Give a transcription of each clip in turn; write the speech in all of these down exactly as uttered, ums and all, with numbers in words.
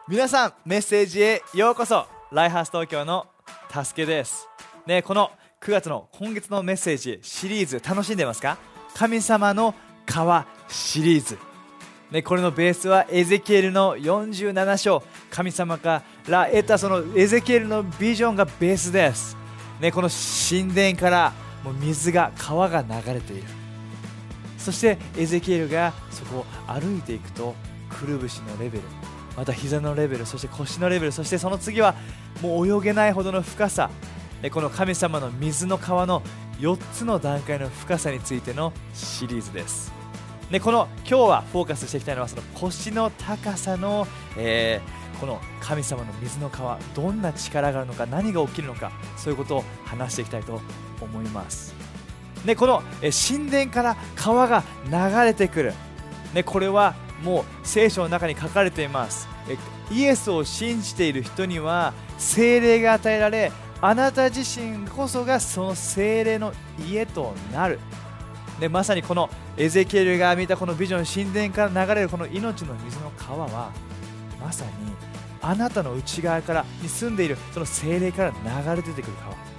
皆さん、メッセージへようこそ。ライハース東京のたすけです、ね、このくがつの今月のメッセージシリーズ楽しんでますか？神様の川シリーズ、ね、これのベースはエゼキエルのよんじゅうなな章、神様から得たそのエゼキエルのビジョンがベースです、ね、この神殿からもう水が川が流れている。そしてエゼキエルがそこを歩いていくと、くるぶしのレベル、また膝のレベル、そして腰のレベル、そしてその次はもう泳げないほどの深さ、この神様の水の川のよっつの段階の深さについてのシリーズです。でこの今日はフォーカスしていきたいのはその腰の高さの、えー、この神様の水の川、どんな力があるのか、何が起きるのか、そういうことを話していきたいと思います。でこの、えー、神殿から川が流れてくる、ね、これはもう聖書の中に書かれています。えイエスを信じている人には聖霊が与えられ、あなた自身こそがその聖霊の家となる。でまさにこのエゼキエルが見たこのビジョン、神殿から流れるこの命の水の川は、まさにあなたの内側からに住んでいるその聖霊から流れ出てくる川だから、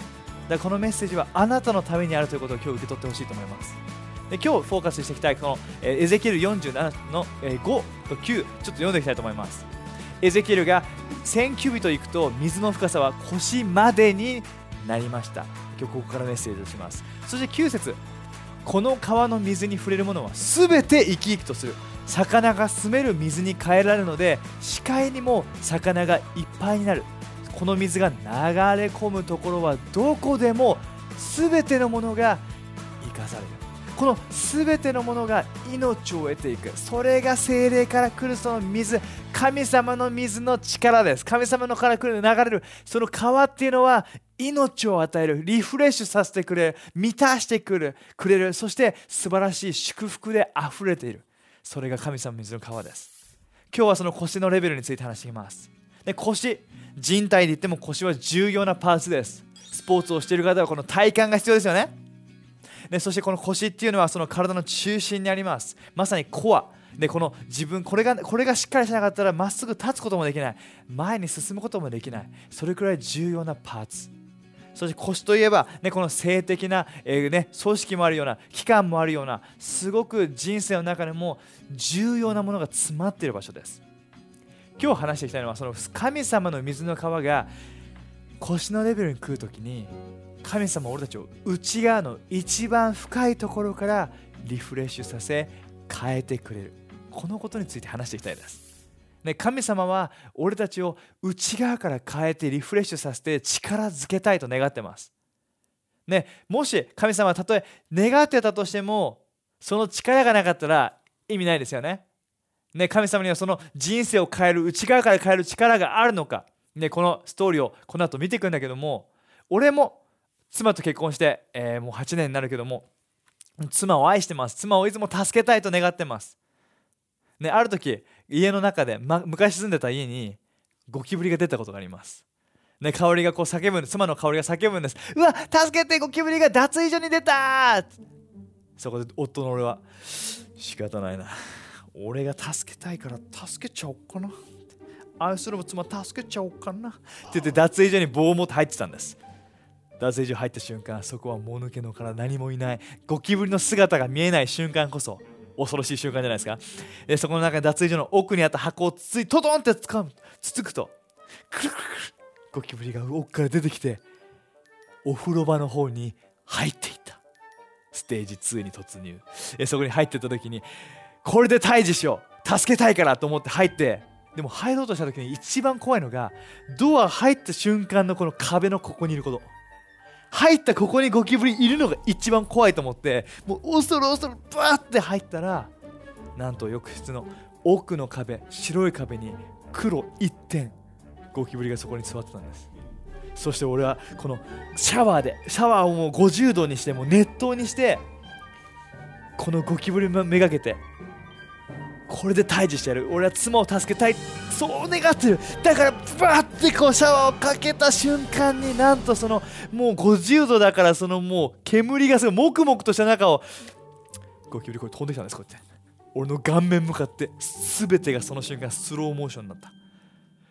このメッセージはあなたのためにあるということを今日受け取ってほしいと思います。で今日フォーカスしていきたいこのエゼキエルよんじゅうななのごときゅう、ちょっと読んでいきたいと思います。エゼキエルがせんキュビト行くと水の深さは腰までになりました。今日ここからメッセージをします。そしてきゅう節、この川の水に触れるものはすべて生き生きとする。魚が住める水に変えられるので、視界にも魚がいっぱいになる。この水が流れ込むところはどこでもすべてのものが生かされる。このすべてのものが命を得ていく。それが聖霊から来るその水、神様の水の力です。神様のから来る流れるその川っていうのは命を与える、リフレッシュさせてくれる、満たしてくるくれる、そして素晴らしい祝福であふれている。それが神様の水の川です。今日はその腰のレベルについて話しています。で腰、人体で言っても腰は重要なパーツです。スポーツをしている方はこの体幹が必要ですよね。でそしてこの腰っていうのはその体の中心にあります。まさにコアで、この自分これがこれがしっかりしなかったらまっすぐ立つこともできない、前に進むこともできない、それくらい重要なパーツ。そして腰といえば、ね、この性的な、えーね、組織もあるような、器官もあるような、すごく人生の中でも重要なものが詰まっている場所です。今日話していきたいのはその神様の水の川が腰のレベルに来るときに、神様は俺たちを内側の一番深いところからリフレッシュさせ変えてくれる。このことについて話していきたいです、ね、神様は俺たちを内側から変えてリフレッシュさせて力づけたいと願ってます、ね、もし神様はたとえ願ってたとしても、その力がなかったら意味ないですよね。ね、神様にはその人生を変える、内側から変える力があるのか、ね、このストーリーをこの後見ていくんだけども、俺も妻と結婚して、えー、もうはちねんになるけども、妻を愛してます。妻をいつも助けたいと願ってます、ね、ある時家の中で、ま、昔住んでた家にゴキブリが出たことがあります、ね、香りがこう叫ぶんです。妻の香りが叫ぶんです。うわ助けて、ゴキブリが脱衣所に出た。そこで夫の俺は仕方ないな、俺が助けたいから助けちゃおうかな、愛する妻助けちゃおうかなって言って脱衣所に棒を持って入ってたんです。脱衣所入った瞬間、そこはもぬけの殻、何もいない、ゴキブリの姿が見えない瞬間こそ恐ろしい瞬間じゃないですか。でそこの中で脱衣所の奥にあった箱をつついトトンってつかむつつくと、くるくるくるゴキブリが奥から出てきてお風呂場の方に入っていった。ステージツーに突入。でそこに入っていった時に、これで退治しよう、助けたいからと思って入って、でも入ろうとした時に一番怖いのが、ドア入った瞬間のこの壁のここにいること。入ったここにゴキブリいるのが一番怖いと思って、もう恐る恐るバーって入ったら、なんと浴室の奥の壁、白い壁に黒一点、ゴキブリがそこに座ってたんです。そして俺はこのシャワーでシャワーをもうごじゅうどにして、もう熱湯にして、このゴキブリめがけて、これで退治してやる、俺は妻を助けたい、そう願ってる。だからバーってこうシャワーをかけた瞬間に、なんとそのもうごじゅうどだから、そのもう煙がすごいもくもくとした中をゴキブリこれ飛んできたんです。こうやって俺の顔面向かって、全てがその瞬間スローモーションになった。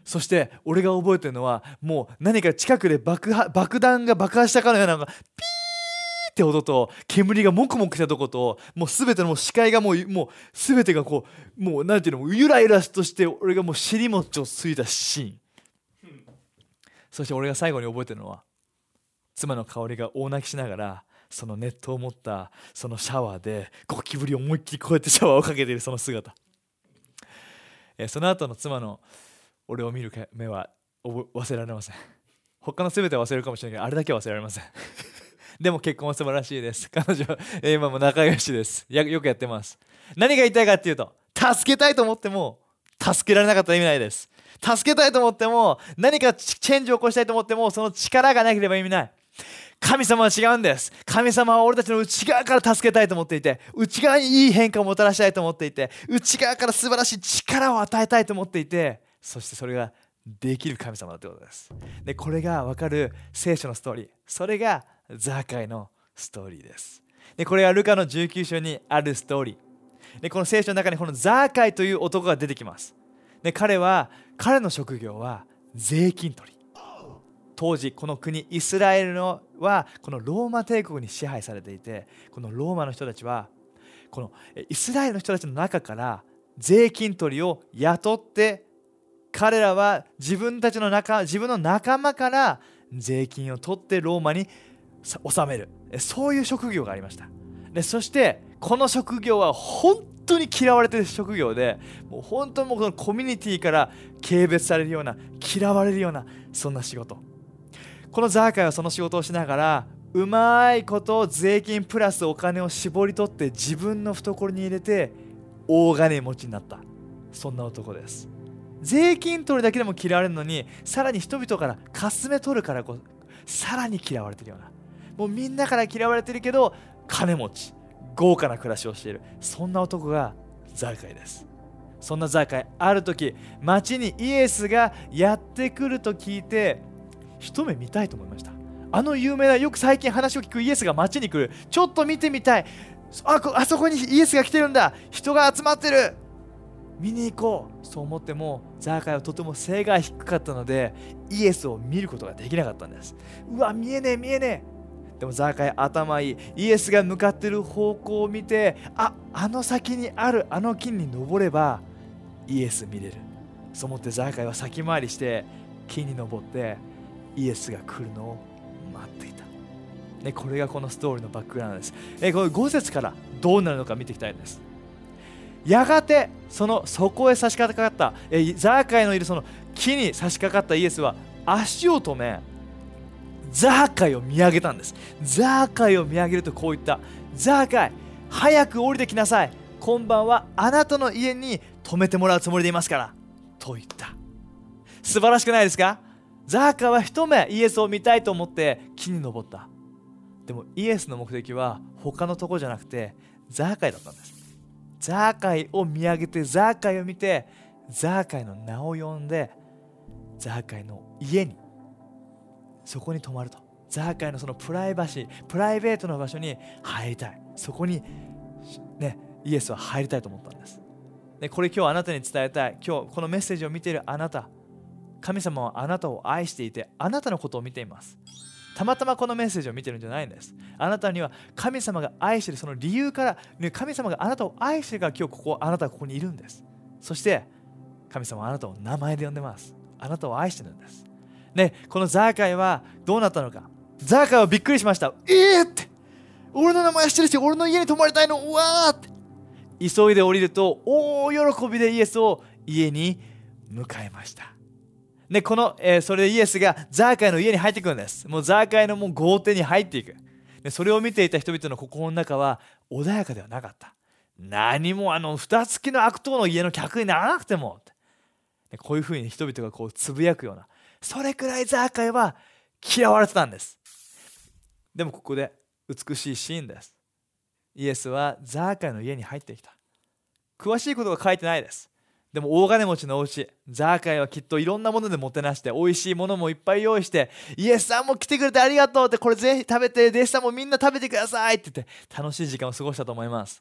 そして俺が覚えてるのは、もう何か近くで爆破爆弾が爆破したかのような、ピーって音と煙がもくもくしたとこと、もう全てのもう視界がもうもう全てがこう、もうなんていうの、ゆらゆらとして、俺がもう尻餅をついたシーン。そして俺が最後に覚えてるのは、妻の香りが大泣きしながら、その熱湯を持ったそのシャワーでゴキブリを思いっきりこうやってシャワーをかけているその姿。えその後の妻の俺を見る目は忘れられません。他の全ては忘れるかもしれないけど、あれだけは忘れられません。でも結婚は素晴らしいです。彼女、え今も仲良しです。やよくやってます。何が言いたいかっていうと、助けたいと思っても助けられなかったら意味ないです。助けたいと思っても、何かチェンジを起こしたいと思っても、その力がなければ意味ない。神様は違うんです。神様は俺たちの内側から助けたいと思っていて、内側にいい変化をもたらしたいと思っていて、内側から素晴らしい力を与えたいと思っていて、そしてそれができる神様だということです。で、これが分かる聖書のストーリー、それがザーカイのストーリーです。で、これはルカのじゅうきゅう章にあるストーリーで、この聖書の中にこのザーカイという男が出てきます。で、彼は彼の職業は税金取り。当時この国イスラエルのはこのローマ帝国に支配されていて、このローマの人たちはこのイスラエルの人たちの中から税金取りを雇って、彼らは自分たちの仲自分の仲間から税金を取ってローマに納める、そういう職業がありました。で、そしてこの職業は本当に嫌われている職業で、もう本当にもうこのコミュニティから軽蔑されるような、嫌われるような、そんな仕事。このザーカイはその仕事をしながら、うまいこと税金プラスお金を絞り取って自分の懐に入れて大金持ちになった、そんな男です。税金取るだけでも嫌われるのに、さらに人々からかすめ取るからこそさらに嫌われているような、もうみんなから嫌われているけど金持ち、豪華な暮らしをしている、そんな男がザーカイです。そんなザーカイ、ある時町にイエスがやってくると聞いて一目見たいと思いました。あの有名な、よく最近話を聞くイエスが町に来る、ちょっと見てみたい、 あ, あそこにイエスが来てるんだ、人が集まってる、見に行こう、そう思ってもザーカイはとても背が低かったのでイエスを見ることができなかったんです。うわ、見えねえ見えねえ。でもザーカイ頭いい、イエスが向かってる方向を見て、ああの先にあるあの木に登ればイエス見れる、そう思ってザーカイは先回りして木に登ってイエスが来るのを待っていた、ね、これがこのストーリーのバックグラウンドです。えこのご節からどうなるのか見ていきたいです。やがてそのそこへ差し掛かったえザーカイのいるその木に差し掛かったイエスは足を止め、ザーカイを見上げたんです。ザーカイを見上げるとこう言った。ザーカイ、早く降りてきなさい、今晩はあなたの家に泊めてもらうつもりでいますからと言った。素晴らしくないですか。ザーカイは一目イエスを見たいと思って木に登った。でもイエスの目的は他のとこじゃなくてザーカイだったんです。ザーカイを見上げて、ザーカイを見て、ザーカイの名を呼んで、ザーカイの家に、そこに泊まると。ザーカイのそのプライバシー、プライベートの場所に入りたい、そこに、ね、イエスは入りたいと思ったんです。でこれ今日あなたに伝えたい。今日このメッセージを見ているあなた、神様はあなたを愛していて、あなたのことを見ています。たまたまこのメッセージを見てるんじゃないんです。あなたには神様が愛しているその理由から、ね、神様があなたを愛しているから今日ここあなたはここにいるんです。そして神様はあなたを名前で呼んでます。あなたを愛してるんです。ね、このザーカイはどうなったのか。ザーカイはびっくりしました。えーって、俺の名前知ってるし、俺の家に泊まりたいの、うわーって。急いで降りると大喜びでイエスを家に迎えました。でこの、えー、それでイエスがザーカイの家に入ってくるんです。もうザーカイのもう豪邸に入っていく。でそれを見ていた人々の心の中は穏やかではなかった。何もあの蓋付きの悪党の家の客にならなくても、でこういうふうに人々がこうつぶやくような、それくらいザーカイは嫌われてたんです。でもここで美しいシーンです。イエスはザーカイの家に入ってきた。詳しいことが書いてないです。でも大金持ちのお家、ザーカイはきっといろんなものでもてなして、美味しいものもいっぱい用意して、イエスさんも来てくれてありがとうって、これぜひ食べて、弟子さんもみんな食べてくださいって言って楽しい時間を過ごしたと思います。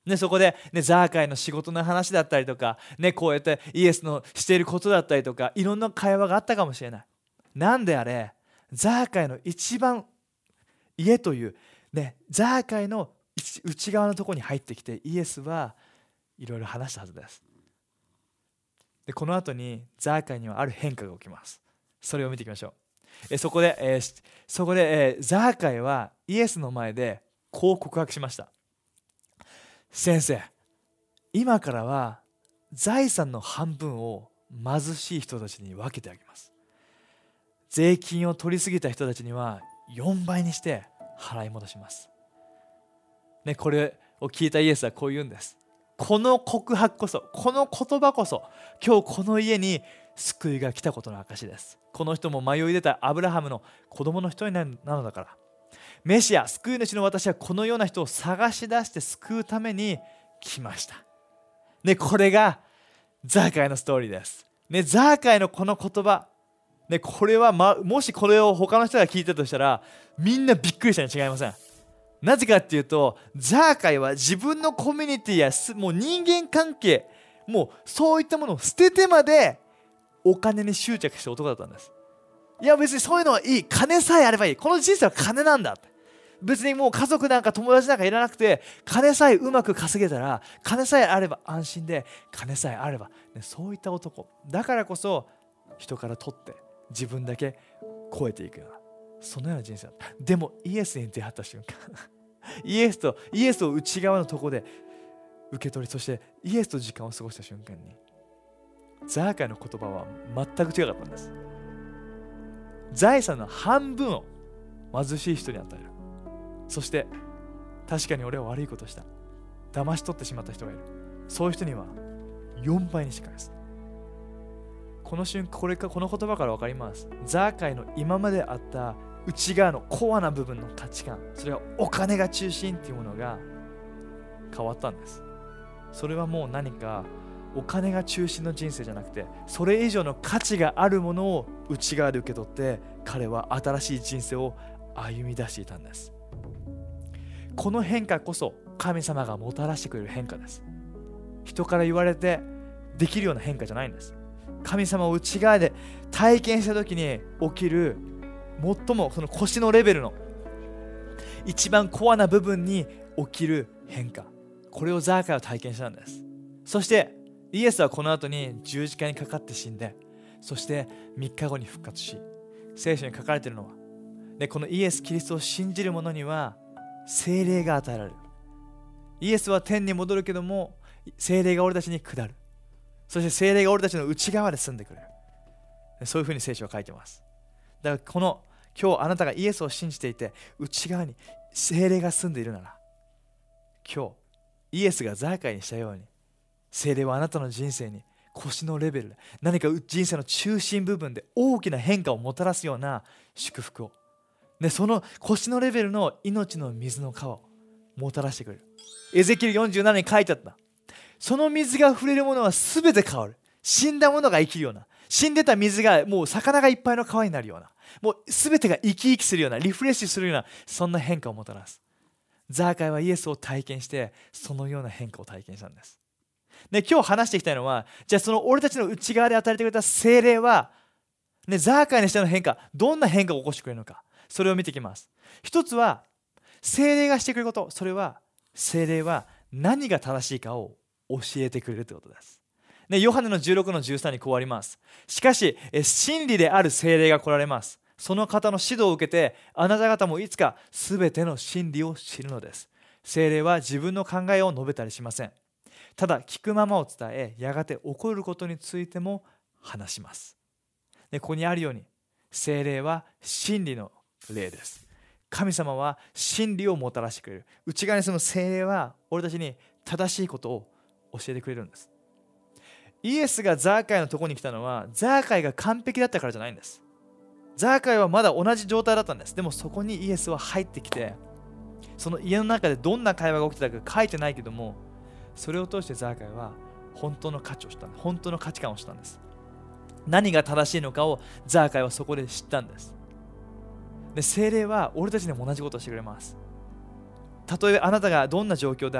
ね、そこで、ね、ザーカイの仕事の話だったりとか、ね、こうやってイエスのしていることだったりとか、いろんな会話があったかもしれない。なんであれ、ザーカイの一番家という、ね、ザーカイの内側のところに入ってきて、イエスはいろいろ話したはずです。でこの後にザーカイにはある変化が起きます。それを見ていきましょう。えそこで、えー、そこで、えー、ザーカイはイエスの前でこう告白しました。先生、今からは財産の半分を貧しい人たちに分けてあげます。税金を取りすぎた人たちにはよんばいにして払い戻します、ね、これを聞いたイエスはこう言うんです。この告白こそ、この言葉こそ今日この家に救いが来たことの証です。この人も迷い出たアブラハムの子供の一人なのだから、メシア、救い主の私はこのような人を探し出して救うために来ました、ね、これがザーカイのストーリーです、ね、ザーカイのこの言葉、ね、これは、ま、もしこれを他の人が聞いたとしたらみんなびっくりしたに違いません。なぜかっていうと、ザーカイは自分のコミュニティやもう人間関係、もうそういったものを捨ててまでお金に執着した男だったんです。いや別にそういうのはいい、金さえあればいい、この人生は金なんだ、別にもう家族なんか友達なんかいらなくて、金さえうまく稼げたら、金さえあれば安心で、金さえあれば、ね、そういった男だからこそ人から取って自分だけ超えていくような、そのような人生だった。でもイエスに出会った瞬間イエスとイエスを内側のところで受け取り、そしてイエスと時間を過ごした瞬間にザーカイの言葉は全く違かったんです。財産の半分を貧しい人に与える。そして確かに俺は悪いことをした、騙し取ってしまった人がいる、そういう人にはよんばいにして返す。この瞬間、これかこの言葉から分かります。ザーカイの今まであった内側のコアな部分の価値観、それはお金が中心っていうものが変わったんです。それはもう何かお金が中心の人生じゃなくて、それ以上の価値があるものを内側で受け取って、彼は新しい人生を歩み出していたんです。この変化こそ神様がもたらしてくれる変化です。人から言われてできるような変化じゃないんです。神様を内側で体験した時に起きる、最もその腰のレベルの一番コアな部分に起きる変化、これをザーカイは体験したんです。そしてイエスはこの後に十字架にかかって死んで、そしてみっかごに復活し、聖書に書かれているのは、でこのイエス・キリストを信じる者には聖霊が与えられる。イエスは天に戻るけども、聖霊が俺たちに下る。そして聖霊が俺たちの内側で住んでくれる。そういうふうに聖書は書いてます。だからこの今日あなたがイエスを信じていて、内側に聖霊が住んでいるなら、今日イエスがザーカイにしたように、聖霊はあなたの人生に腰のレベルで、何か人生の中心部分で大きな変化をもたらすような祝福を、でその腰のレベルの命の水の川をもたらしてくれる。エゼキエルよんじゅうななに書いてあった。その水が触れるものは全て変わる。死んだものが生きるような、死んでた水がもう魚がいっぱいの川になるような、もう全てが生き生きするような、リフレッシュするような、そんな変化をもたらす。ザーカイはイエスを体験して、そのような変化を体験したんです。で今日話していきたいのは、じゃあその俺たちの内側で与えてくれた聖霊は、ね、ザーカイにしての変化、どんな変化を起こしてくれるのか、それを見ていきます。一つは聖霊がしてくれること、それは聖霊は何が正しいかを教えてくれるということです。ね、ヨハネのじゅうろくのじゅうさんにこうあります。しかし真理である聖霊が来られます。その方の指導を受けて、あなた方もいつかすべての真理を知るのです。聖霊は自分の考えを述べたりしません。ただ聞くままを伝え、やがて起こることについても話します。でここにあるように、聖霊は真理の霊です。神様は真理をもたらしてくれる。内側にその聖霊は俺たちに正しいことを教えてくれるんです。イエスがザーカイのところに来たのは、ザーカイが完璧だったからじゃないんです。ザーカイはまだ同じ状態だったんです。でもそこにイエスは入ってきて、その家の中でどんな会話が起きてたか書いてないけども、それを通してザーカイは本当の価値を知った、本当の価値観を知ったんです。何が正しいのかをザーカイはそこで知ったんです。で聖霊は俺たちにも同じことをしてくれます。たとえあなたがどんな状況であれ、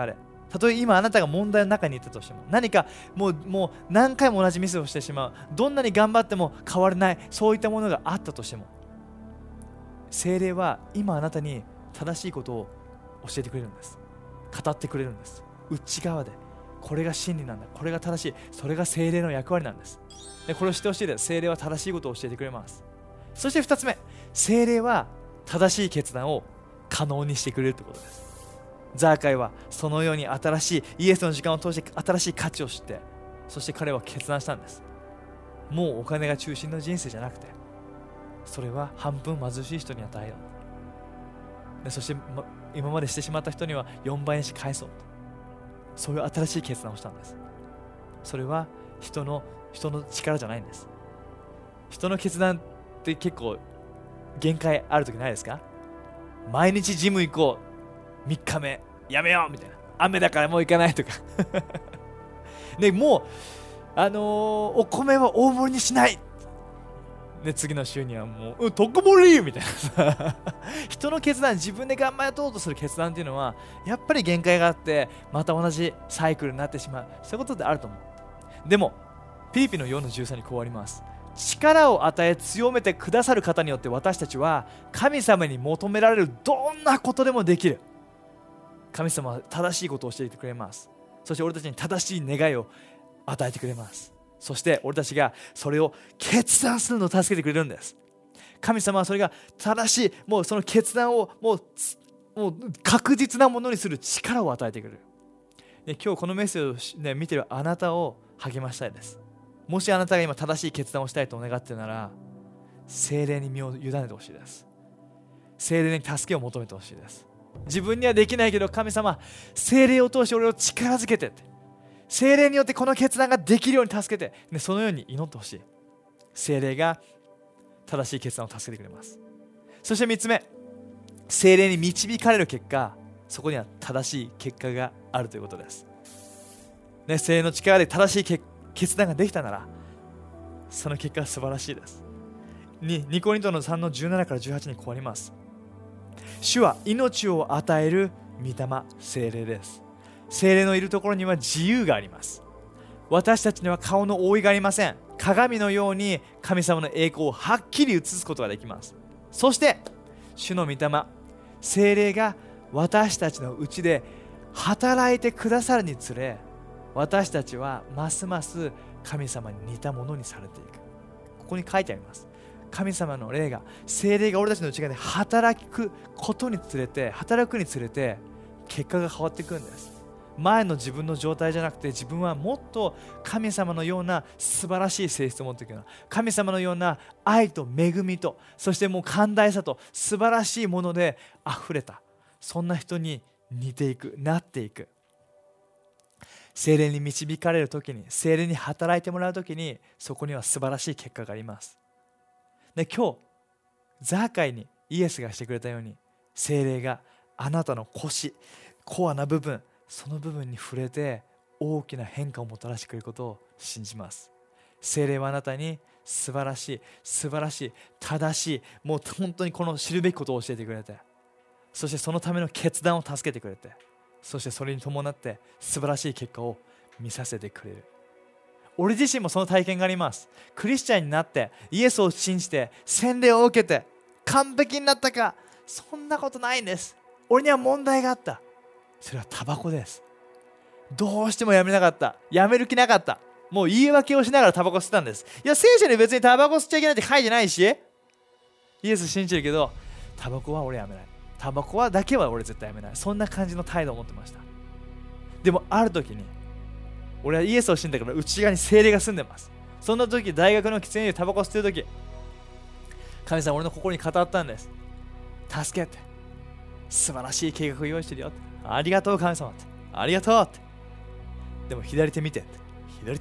たとえ今あなたが問題の中にいたとしても、何かもうもう何回も同じミスをしてしまう、どんなに頑張っても変わらない、そういったものがあったとしても、聖霊は今あなたに正しいことを教えてくれるんです。語ってくれるんです。内側でこれが真理なんだ、これが正しい、それが聖霊の役割なんです。でこれを知ってほしいです。聖霊は正しいことを教えてくれます。そしてふたつめ、聖霊は正しい決断を可能にしてくれるということです。ザーカイはそのように新しいイエスの時間を通して新しい価値を知って、そして彼は決断したんです。もうお金が中心の人生じゃなくて、それは半分貧しい人に与えよう。でそして、ま、今までしてしまった人にはよんばいにして返そう。そういう新しい決断をしたんです。それは人の人の力じゃないんです。人の決断って結構限界ある時ないですか？毎日ジム行こう、みっかめやめようみたいな、雨だからもう行かないとかね、もうあのー、お米は大盛りにしないで次の週にはもう、うん、特盛りみたいなさ人の決断、自分で頑張ろうとする決断っていうのはやっぱり限界があって、また同じサイクルになってしまう、そういうことってあると思う。でもピリピのよんのじゅうさんにこうあります。力を与え強めてくださる方によって私たちは神様に求められるどんなことでもできる。神様は正しいことを教えてくれます。そして俺たちに正しい願いを与えてくれます。そして俺たちがそれを決断するのを助けてくれるんです。神様はそれが正しい、もうその決断をもう、もう確実なものにする力を与えてくれる。で今日このメッセージを、ね、見ているあなたを励ましたいです。もしあなたが今正しい決断をしたいと願っているなら、聖霊に身を委ねてほしいです。聖霊に助けを求めてほしいです。自分にはできないけど神様、聖霊を通して俺を力づけてって、聖霊によってこの決断ができるように助けて、ね、そのように祈ってほしい。聖霊が正しい決断を助けてくれます。そしてみっつめ、聖霊に導かれる結果、そこには正しい結果があるということです、ね、聖霊の力で正しい結果決断ができたなら、その結果は素晴らしいです。ににコリントのさんのじゅうななからじゅうはちにこうあります。主は命を与える御霊、聖霊です。聖霊のいるところには自由があります。私たちには顔の覆いがありません。鏡のように神様の栄光をはっきり映すことができます。そして主の御霊、聖霊が私たちのうちで働いてくださるにつれ、私たちはますます神様に似たものにされていく。ここに書いてあります。神様の霊が、聖霊が俺たちの内側で働くことにつれて、働くにつれて結果が変わっていくんです。前の自分の状態じゃなくて、自分はもっと神様のような素晴らしい性質を持っていくような、神様のような愛と恵みと、そしてもう寛大さと素晴らしいもので溢れた、そんな人に似ていく、なっていく。聖霊に導かれるときに、聖霊に働いてもらうときに、そこには素晴らしい結果があります。で今日ザーカイにイエスがしてくれたように、聖霊があなたの腰、コアな部分、その部分に触れて大きな変化をもたらしてくれることを信じます。聖霊はあなたに素晴らしい、素晴らしい、正しい、もう本当にこの知るべきことを教えてくれて、そしてそのための決断を助けてくれて、そしてそれに伴って素晴らしい結果を見させてくれる。俺自身もその体験があります。クリスチャンになってイエスを信じて洗礼を受けて完璧になったか、そんなことないんです。俺には問題があった。それはタバコです。どうしてもやめなかった。やめる気なかった。もう言い訳をしながらタバコ吸ってたんです。いや聖書に別にタバコ吸っちゃいけないって書いてないし、イエス信じるけどタバコは俺やめない、タバコはだけは俺絶対やめない、そんな感じの態度を持ってました。でもある時に、俺はイエスを信じたから内側に聖霊が住んでます。そんな時、大学の喫煙所でタバコ吸ってる時、神様俺の心に語ったんです。助けて、素晴らしい計画を用意してるよって、ありがとう神様って、ありがとうって、でも左手見てって、左手、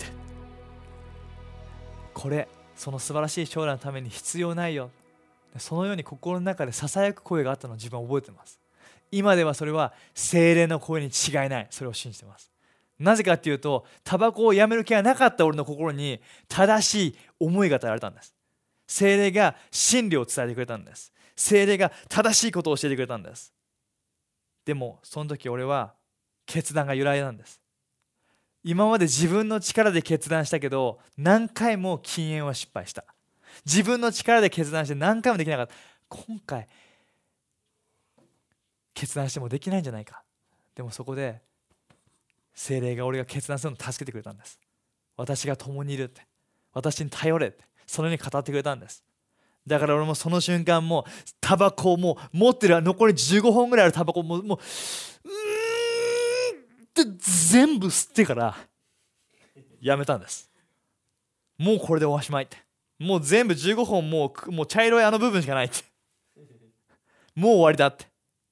これその素晴らしい将来のために必要ないよ、そのように心の中でささやく声があったのを自分は覚えてます。今ではそれは聖霊の声に違いない、それを信じてます。なぜかっていうと、タバコをやめる気がなかった俺の心に正しい思いが与えられたんです。聖霊が真理を伝えてくれたんです。聖霊が正しいことを教えてくれたんです。でもその時俺は決断が揺らいだんです。今まで自分の力で決断したけど、何回も禁煙は失敗した。自分の力で決断して何回もできなかった。今回決断してもできないんじゃないか。でもそこで聖霊が俺が決断するのを助けてくれたんです。私が共にいるって、私に頼れって、そのように語ってくれたんです。だから俺もその瞬間もうタバコをもう持ってる残りじゅうごほんぐらいあるタバコをもうもううーんって全部吸ってからやめたんです。もうこれでおしまいって、もう全部じゅうごほんもう、もう茶色いあの部分しかないって、もう終わりだって。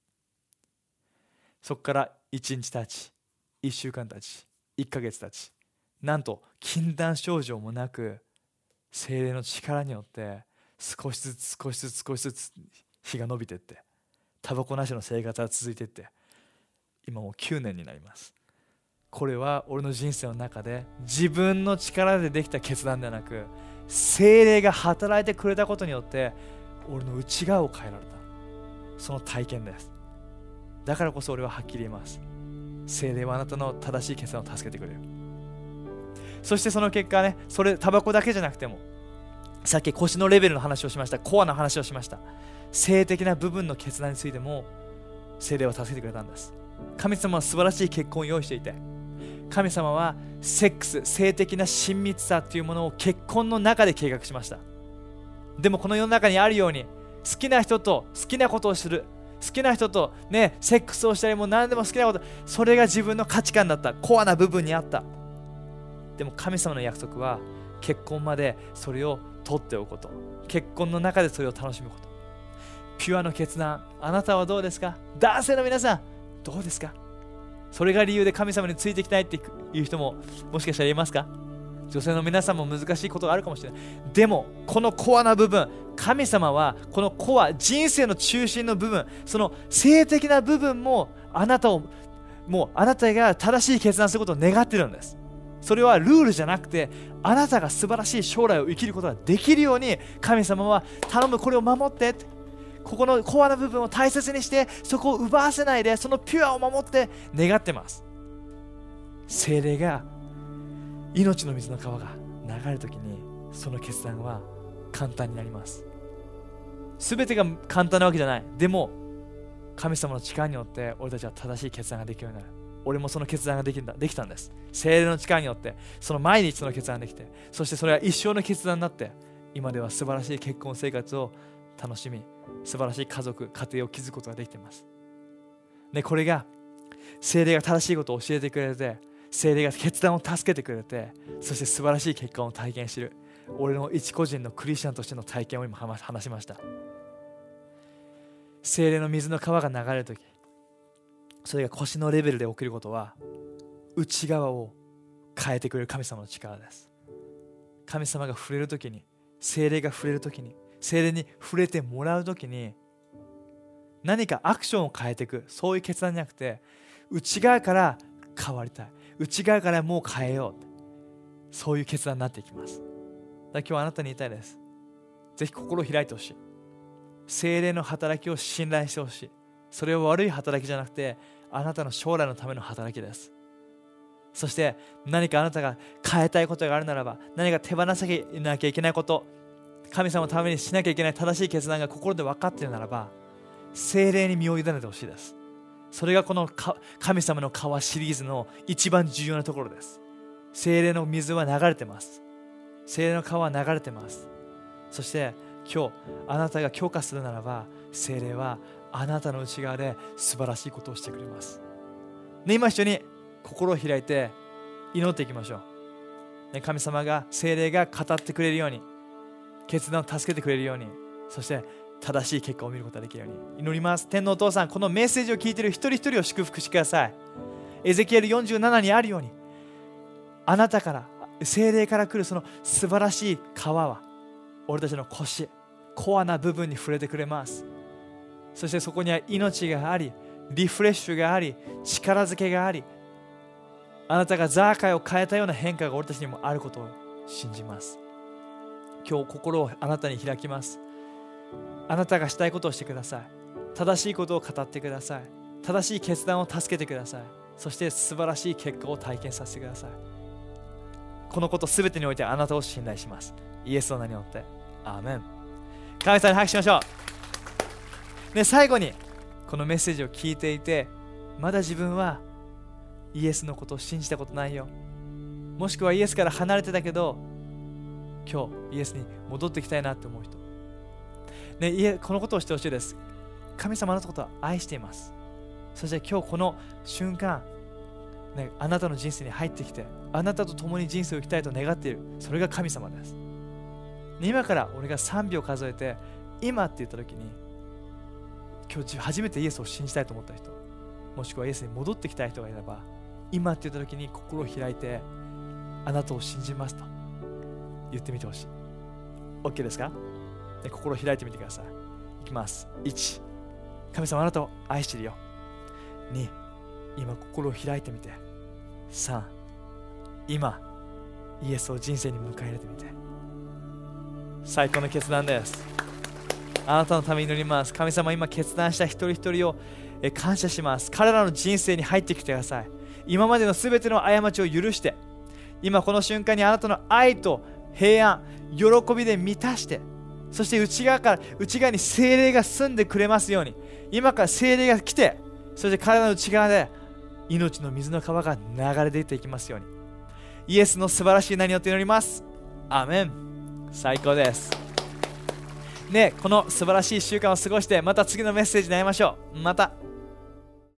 そこからいちにち経ち、いっしゅうかん経ち、いっかげつ経ち、なんと禁断症状もなく聖霊の力によって少しずつ少しずつ少しずつ日が伸びていって、タバコなしの生活が続いていって、今もうきゅうねんになります。これは俺の人生の中で自分の力でできた決断ではなく、聖霊が働いてくれたことによって俺の内側を変えられた、その体験です。だからこそ俺ははっきり言います。聖霊はあなたの正しい決断を助けてくれる。そしてその結果ね、それタバコだけじゃなくても、さっき腰のレベルの話をしました、コアな話をしました。性的な部分の決断についても聖霊は助けてくれたんです。神様は素晴らしい結婚を用意していて、神様はセックス、性的な親密さというものを結婚の中で計画しました。でもこの世の中にあるように、好きな人と好きなことをする、好きな人とねセックスをしたり、もう何でも好きなこと、それが自分の価値観だった、コアな部分にあった。でも神様の約束は結婚までそれを取っておくこと、結婚の中でそれを楽しむこと。ピュアの決断、あなたはどうですか？男性の皆さんどうですか？それが理由で神様についていきたいっていう人ももしかしたらいますか？女性の皆さんも難しいことがあるかもしれない。でもこのコアな部分、神様はこのコア、人生の中心の部分、その性的な部分もあなたを、もうあなたが正しい決断することを願っているんです。それはルールじゃなくて、あなたが素晴らしい将来を生きることができるように、神様は頼む、これを守ってって、ここのコアな部分を大切にして、そこを奪わせないで、そのピュアを守って願ってます。聖霊が命の水の川が流れるときに、その決断は簡単になります。すべてが簡単なわけじゃない。でも神様の力によって俺たちは正しい決断ができるようになる。俺もその決断ができるんだ、できたんです。聖霊の力によってその毎日その決断ができて、そしてそれは一生の決断になって、今では素晴らしい結婚生活を楽しみ、素晴らしい家族、家庭を築くことができています。で、これが聖霊が正しいことを教えてくれて、聖霊が決断を助けてくれて、そして素晴らしい結果を体験している、俺の一個人のクリスチャンとしての体験を今話しました。聖霊の水の川が流れるとき、それが腰のレベルで起きることは、内側を変えてくれる神様の力です。神様が触れるときに、聖霊が触れるときに、聖霊に触れてもらうときに、何かアクションを変えていく、そういう決断じゃなくて、内側から変わりたい、内側からもう変えよう、そういう決断になっていきます。だから今日はあなたに言いたいです。ぜひ心を開いてほしい。聖霊の働きを信頼してほしい。それは悪い働きじゃなくて、あなたの将来のための働きです。そして何かあなたが変えたいことがあるならば、何か手放さなきゃいけないこと、神様のためにしなきゃいけない正しい決断が心で分かっているならば、聖霊に身を委ねてほしいです。それがこの神様の川シリーズの一番重要なところです。聖霊の水は流れてます。聖霊の川は流れてます。そして今日あなたが許可するならば、聖霊はあなたの内側で素晴らしいことをしてくれます。ね、今一緒に心を開いて祈っていきましょう。ね、神様が、聖霊が語ってくれるように、決断を助けてくれるように、そして正しい結果を見ることができるように祈ります。天のお父さん、このメッセージを聞いている一人一人を祝福してください。エゼキエルよんじゅうななにあるように、あなたから聖霊から来るその素晴らしい川は俺たちの腰、コアな部分に触れてくれます。そしてそこには命があり、リフレッシュがあり、力づけがあり、あなたがザーカイを変えたような変化が俺たちにもあることを信じます。今日心をあなたに開きます。あなたがしたいことをしてください。正しいことを語ってください。正しい決断を助けてください。 そして素晴らしい結果を体験させてください。このことすべてにおいてあなたを信頼します。イエスの名によってアーメン。神様に拍手しましょう。で、最後にこのメッセージを聞いていて、まだ自分はイエスのことを信じたことないよ、もしくはイエスから離れてたけど今日イエスに戻ってきたいなって思う人、ね、いえこのことをしてほしいです。神様あなたのことを愛しています。そして今日この瞬間、ね、あなたの人生に入ってきて、あなたと共に人生を生きたいと願っている。それが神様です。今から俺がさんびょう数えて、今って言った時に、今日初めてイエスを信じたいと思った人、もしくはイエスに戻ってきたい人がいれば、今って言った時に心を開いて、あなたを信じますと言ってみてほしい。 OK ですか？で、心を開いてみてください。いきます。いち、神様あなたを愛しているよ。に、今心を開いてみて。さん、今イエスを人生に迎え入れてみて。最高の決断です。あなたのために祈ります。神様、今決断した一人一人をえ感謝します。彼らの人生に入ってきてください。今までのすべての過ちを許して、今この瞬間にあなたの愛と平安、喜びで満たして、そして内側から内側に聖霊が住んでくれますように。今から聖霊が来て、そして彼らの内側で命の水の川が流れ出ていきますように。イエスの素晴らしい名によって祈ります。アーメン。最高です。ね、この素晴らしい週間を過ごして、また次のメッセージに会いましょう。また。